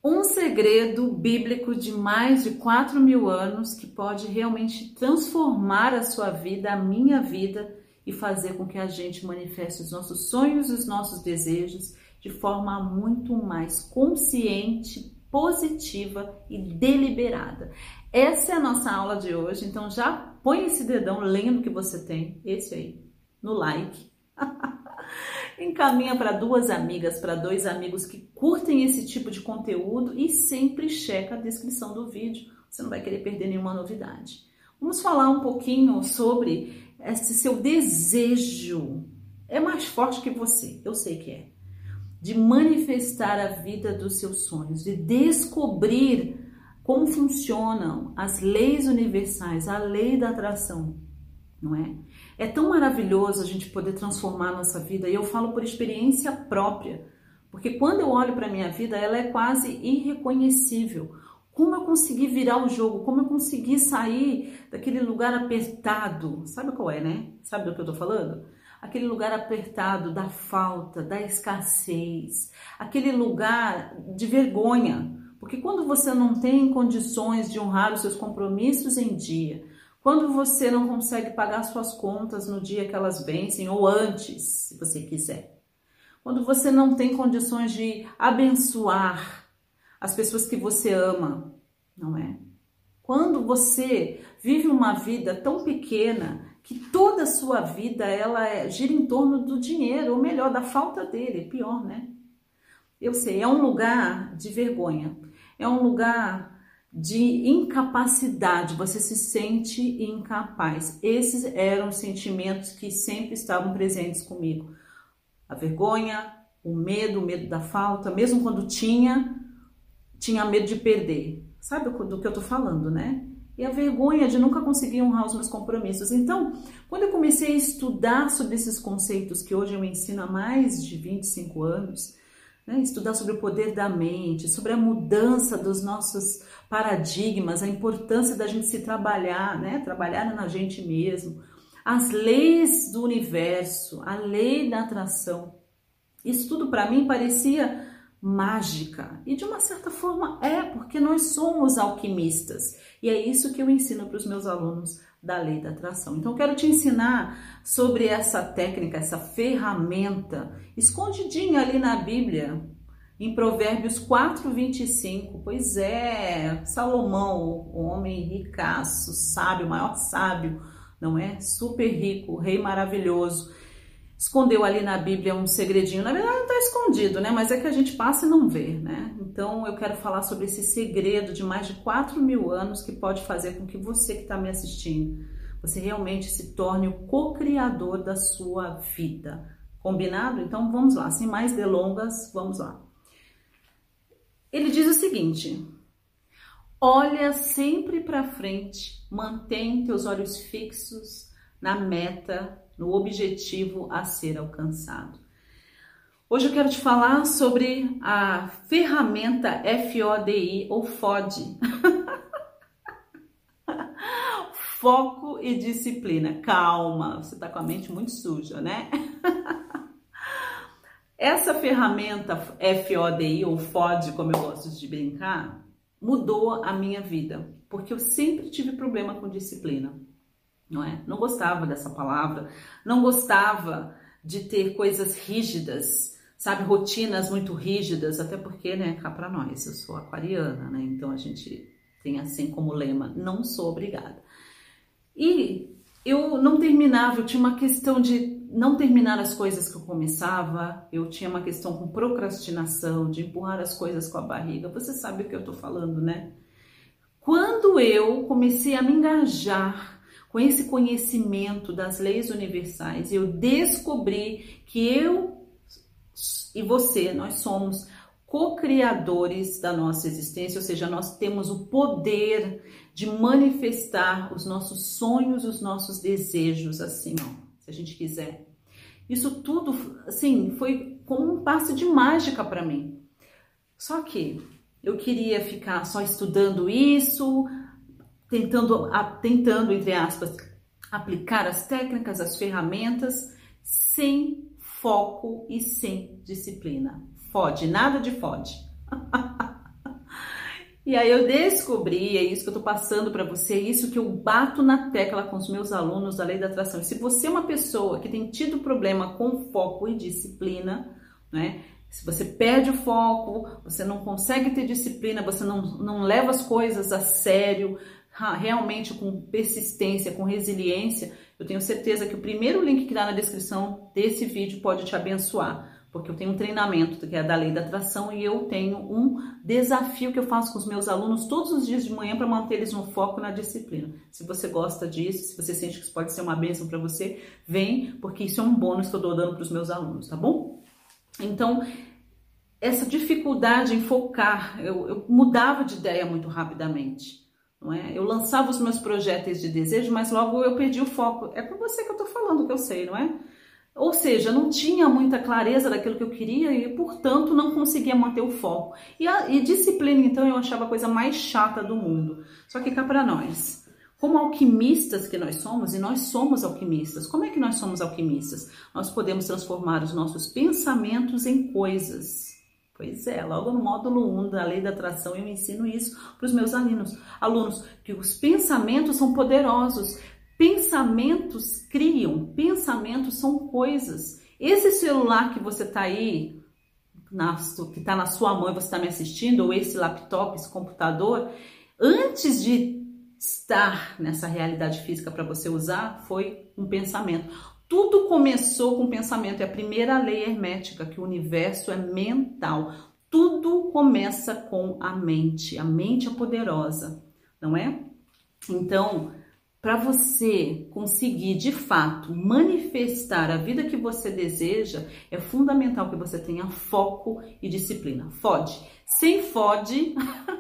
Um segredo bíblico de mais de 4.000 anos que pode realmente transformar a sua vida, a minha vida, e fazer com que a gente manifeste os nossos sonhos e os nossos desejos de forma muito mais consciente, positiva e deliberada. Essa é a nossa aula de hoje, então já põe esse dedão, lendo que você tem, esse aí, no like. Encaminha para 2 amigas, para 2 amigos que curtem esse tipo de conteúdo e sempre checa a descrição do vídeo, você não vai querer perder nenhuma novidade. Vamos falar um pouquinho sobre esse seu desejo, é mais forte que você, eu sei que é, de manifestar a vida dos seus sonhos, de descobrir como funcionam as leis universais, a lei da atração, não é? É tão maravilhoso a gente poder transformar a nossa vida, e eu falo por experiência própria, porque quando eu olho para a minha vida, ela é quase irreconhecível. Como eu consegui virar o jogo, como eu consegui sair daquele lugar apertado, sabe qual é, né? Sabe do que eu tô falando? Aquele lugar apertado da falta, da escassez, aquele lugar de vergonha, porque quando você não tem condições de honrar os seus compromissos em dia, quando você não consegue pagar suas contas no dia que elas vencem ou antes, se você quiser. Quando você não tem condições de abençoar as pessoas que você ama, não é? Quando você vive uma vida tão pequena que toda a sua vida ela gira em torno do dinheiro, ou melhor, da falta dele, pior, né? Eu sei, é um lugar de vergonha, é um lugar de incapacidade, você se sente incapaz. Esses eram os sentimentos que sempre estavam presentes comigo. A vergonha, o medo da falta, mesmo quando tinha medo de perder. Sabe do que eu tô falando, né? E a vergonha de nunca conseguir honrar os meus compromissos. Então, quando eu comecei a estudar sobre esses conceitos que hoje eu ensino há mais de 25 anos, né, estudar sobre o poder da mente, sobre a mudança dos nossos paradigmas, a importância da gente se trabalhar, né, trabalhar na gente mesmo, as leis do universo, a lei da atração. Isso tudo para mim parecia mágica, e de uma certa forma porque nós somos alquimistas, e é isso que eu ensino para os meus alunos da lei da atração. Então eu quero te ensinar sobre essa técnica, essa ferramenta, escondidinha ali na Bíblia, em Provérbios 4:25, pois é, Salomão, o homem ricaço, sábio, maior sábio, não é? Super rico, rei maravilhoso, escondeu ali na Bíblia um segredinho. Na verdade não está escondido, né? Mas é que a gente passa e não vê, né? Então eu quero falar sobre esse segredo de mais de 4.000 anos que pode fazer com que você que está me assistindo, você realmente se torne o co-criador da sua vida. Combinado? Então vamos lá, sem mais delongas, vamos lá. Ele diz o seguinte: olha sempre para frente, mantém teus olhos fixos na meta, no objetivo a ser alcançado. Hoje eu quero te falar sobre a ferramenta FODI ou FOD. Foco e disciplina. Calma, você está com a mente muito suja, né? Essa ferramenta FODI ou FOD, como eu gosto de brincar, mudou a minha vida, porque eu sempre tive problema com disciplina. Não é? Não gostava dessa palavra, não gostava de ter coisas rígidas, sabe, rotinas muito rígidas, até porque, né, cá pra nós, eu sou aquariana, né, então a gente tem assim como lema, não sou obrigada. E eu não terminava, eu tinha uma questão de não terminar as coisas que eu começava, eu tinha uma questão com procrastinação, de empurrar as coisas com a barriga, você sabe o que eu tô falando, né? Quando eu comecei a me engajar com esse conhecimento das leis universais, eu descobri que eu e você, nós somos co-criadores da nossa existência, ou seja, nós temos o poder de manifestar os nossos sonhos, os nossos desejos, assim, ó, se a gente quiser. Isso tudo, assim, foi como um passe de mágica para mim. Só que eu queria ficar só estudando isso, tentando, entre aspas, aplicar as técnicas, as ferramentas, sem foco e sem disciplina. FOD, nada de FOD. E aí eu descobri, é isso que eu tô passando para você, é isso que eu bato na tecla com os meus alunos da Lei da Atração. E se você é uma pessoa que tem tido problema com foco e disciplina, né? Se você perde o foco, você não consegue ter disciplina, você não leva as coisas a sério, realmente com persistência, com resiliência, eu tenho certeza que o primeiro link que está na descrição desse vídeo pode te abençoar. Porque eu tenho um treinamento que é da Lei da Atração e eu tenho um desafio que eu faço com os meus alunos todos os dias de manhã para manter eles no foco e na disciplina. Se você gosta disso, se você sente que isso pode ser uma bênção para você, vem, porque isso é um bônus que eu estou dando para os meus alunos, tá bom? Então, essa dificuldade em focar, eu mudava de ideia muito rapidamente. Não é? Eu lançava os meus projetos de desejo, mas logo eu perdi o foco. É com você que eu estou falando, que eu sei, não é? Ou seja, não tinha muita clareza daquilo que eu queria e, portanto, não conseguia manter o foco. E disciplina, então, eu achava a coisa mais chata do mundo. Só que cá para nós, como alquimistas que nós somos, e nós somos alquimistas, como é que nós somos alquimistas? Nós podemos transformar os nossos pensamentos em coisas. Pois é, logo no módulo 1 da Lei da Atração eu ensino isso para os meus alunos, que os pensamentos são poderosos. Pensamentos criam, pensamentos são coisas. Esse celular que você está aí, que está na sua mão e você está me assistindo, ou esse laptop, esse computador, antes de estar nessa realidade física para você usar, foi um pensamento. Tudo começou com pensamento, é a primeira lei hermética, que o universo é mental. Tudo começa com a mente é poderosa, não é? Então, para você conseguir, de fato, manifestar a vida que você deseja, é fundamental que você tenha foco e disciplina. FOD. Sem FOD,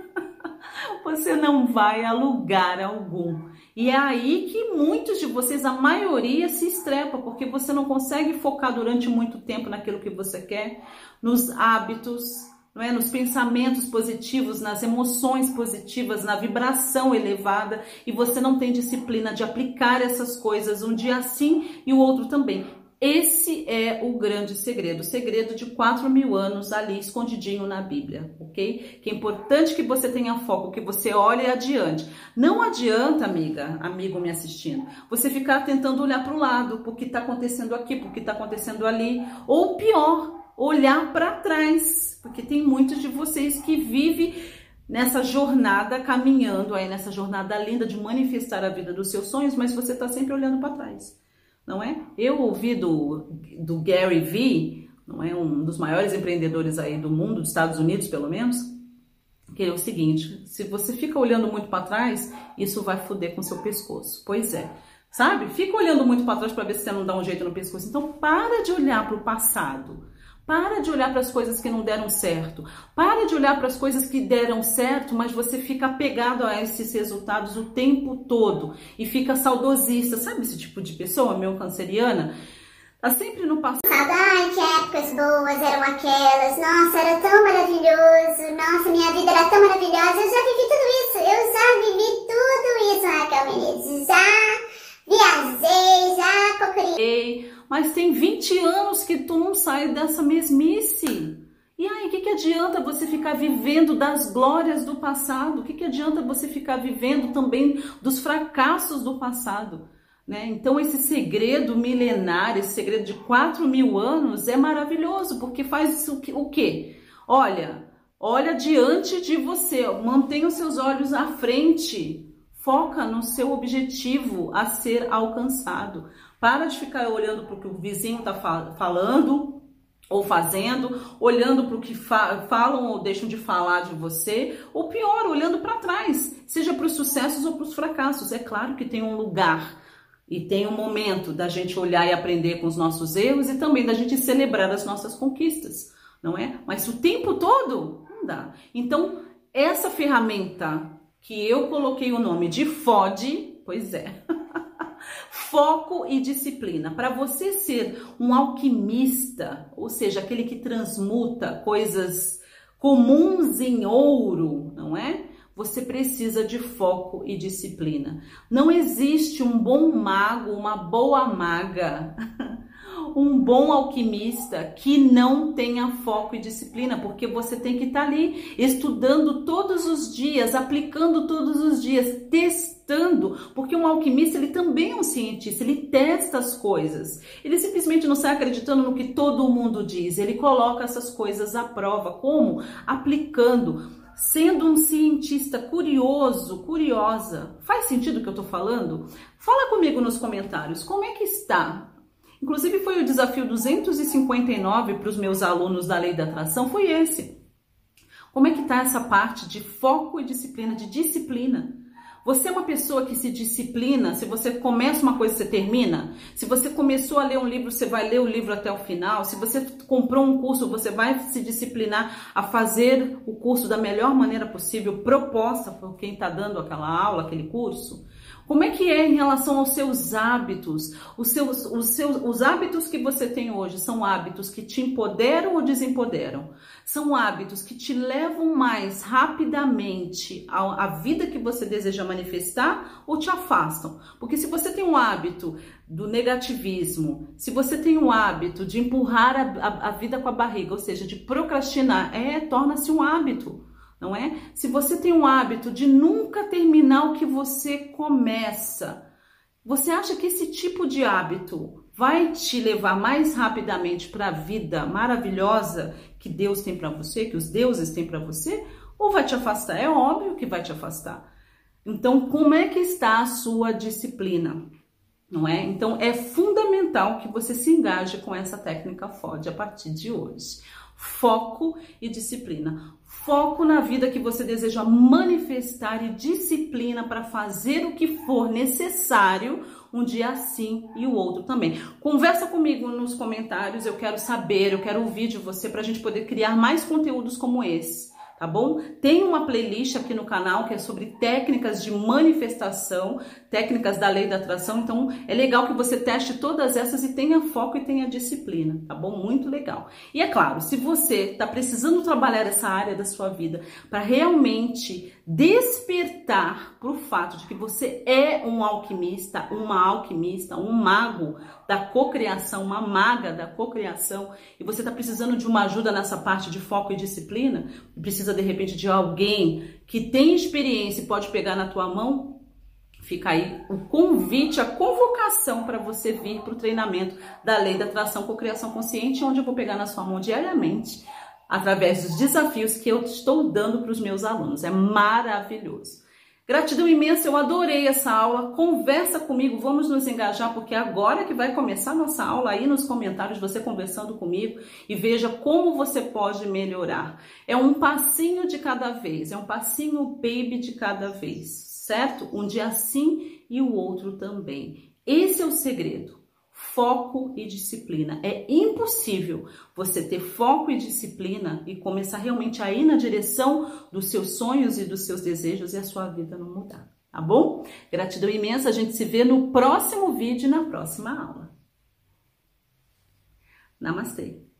você não vai a lugar algum. E é aí que muitos de vocês, a maioria, se estrepa, porque você não consegue focar durante muito tempo naquilo que você quer, nos hábitos, não é? Nos pensamentos positivos, nas emoções positivas, na vibração elevada, e você não tem disciplina de aplicar essas coisas um dia sim e o outro também. Esse é o grande segredo, o segredo de 4.000 anos ali escondidinho na Bíblia, ok? Que é importante que você tenha foco, que você olhe adiante. Não adianta, amigo me assistindo, você ficar tentando olhar para o lado, porque está acontecendo aqui, porque está acontecendo ali, ou pior, olhar para trás, porque tem muitos de vocês que vivem nessa jornada, caminhando aí nessa jornada linda de manifestar a vida dos seus sonhos, mas você está sempre olhando para trás, não é? Eu ouvi do Gary Vee, não é, um dos maiores empreendedores aí do mundo, dos Estados Unidos pelo menos, que é o seguinte: se você fica olhando muito para trás, isso vai foder com seu pescoço. Pois é. Sabe? Fica olhando muito para trás para ver se você não dá um jeito no pescoço. Então, para de olhar para o passado. Para de olhar para as coisas que não deram certo. Para de olhar para as coisas que deram certo, mas você fica apegado a esses resultados o tempo todo. E fica saudosista. Sabe esse tipo de pessoa, meu canceriana? Tá sempre no passado. Ai, que épocas boas eram aquelas. Nossa, era tão maravilhoso. Nossa, minha vida era tão maravilhosa. Eu já vivi tudo isso. Eu já vivi tudo isso, Raquel Menezes. Já viajei, já cocriei. Mas tem 20 anos que tu não sai dessa mesmice. E aí, o que adianta você ficar vivendo das glórias do passado? O que adianta você ficar vivendo também dos fracassos do passado? Né? Então, esse segredo milenar, esse segredo de 4.000 anos é maravilhoso, porque faz o quê? Olha diante de você, mantenha os seus olhos à frente. Foca no seu objetivo a ser alcançado. Para de ficar olhando para o que o vizinho está falando ou fazendo, olhando para o que falam ou deixam de falar de você, ou pior, olhando para trás, seja para os sucessos ou para os fracassos. É claro que tem um lugar e tem um momento da gente olhar e aprender com os nossos erros e também da gente celebrar as nossas conquistas, não é? Mas o tempo todo não dá. Então, essa ferramenta que eu coloquei o nome de FOD, pois é, foco e disciplina. Para você ser um alquimista, ou seja, aquele que transmuta coisas comuns em ouro, não é? Você precisa de foco e disciplina. Não existe um bom mago, uma boa maga, um bom alquimista que não tenha foco e disciplina, porque você tem que estar ali estudando todos os dias, aplicando todos os dias, testando, porque um alquimista ele também é um cientista, ele testa as coisas, ele simplesmente não sai acreditando no que todo mundo diz, ele coloca essas coisas à prova, como? Aplicando. Sendo um cientista curioso, curiosa. Faz sentido o que eu tô falando? Fala comigo nos comentários, como é que está? Inclusive foi o desafio 259 para os meus alunos da Lei da Atração, foi esse. Como é que tá essa parte de foco e disciplina, de disciplina? Você é uma pessoa que se disciplina, se você começa uma coisa, você termina? Se você começou a ler um livro, você vai ler o livro até o final? Se você comprou um curso, você vai se disciplinar a fazer o curso da melhor maneira possível, proposta por quem está dando aquela aula, aquele curso? Como é que é em relação aos seus hábitos? Os hábitos que você tem hoje são hábitos que te empoderam ou desempoderam? São hábitos que te levam mais rapidamente à vida que você deseja manifestar ou te afastam? Porque se você tem um hábito do negativismo, se você tem um hábito de empurrar a vida com a barriga, ou seja, de procrastinar, torna-se um hábito. Não é? Se você tem um hábito de nunca terminar o que você começa, você acha que esse tipo de hábito vai te levar mais rapidamente para a vida maravilhosa que Deus tem para você, que os deuses têm para você, ou vai te afastar? É óbvio que vai te afastar. Então, como é que está a sua disciplina? Não é? Então, é fundamental que você se engaje com essa técnica FOD a partir de hoje. Foco e disciplina. Foco na vida que você deseja manifestar e disciplina para fazer o que for necessário, um dia sim e o outro também. Conversa comigo nos comentários, eu quero saber, eu quero ouvir de você para a gente poder criar mais conteúdos como esse. Tá bom? Tem uma playlist aqui no canal que é sobre técnicas de manifestação, técnicas da lei da atração, então é legal que você teste todas essas e tenha foco e tenha disciplina, tá bom? Muito legal. E é claro, se você está precisando trabalhar essa área da sua vida para realmente despertar para o fato de que você é um alquimista, um mago da cocriação, uma maga da cocriação, e você está precisando de uma ajuda nessa parte de foco e disciplina, precisa de repente de alguém que tem experiência e pode pegar na tua mão, fica aí o convite, a convocação para você vir para o treinamento da Lei da Atração Cocriação Consciente, onde eu vou pegar na sua mão diariamente, através dos desafios que eu estou dando para os meus alunos. É maravilhoso. Gratidão imensa, eu adorei essa aula. Conversa comigo, vamos nos engajar, porque agora que vai começar a nossa aula, aí nos comentários, você conversando comigo e veja como você pode melhorar. É um passinho de cada vez, é um passinho baby de cada vez, certo? Um dia sim e o outro também. Esse é o segredo. Foco e disciplina. É impossível você ter foco e disciplina e começar realmente a ir na direção dos seus sonhos e dos seus desejos e a sua vida não mudar, tá bom? Gratidão imensa, a gente se vê no próximo vídeo e na próxima aula. Namastê!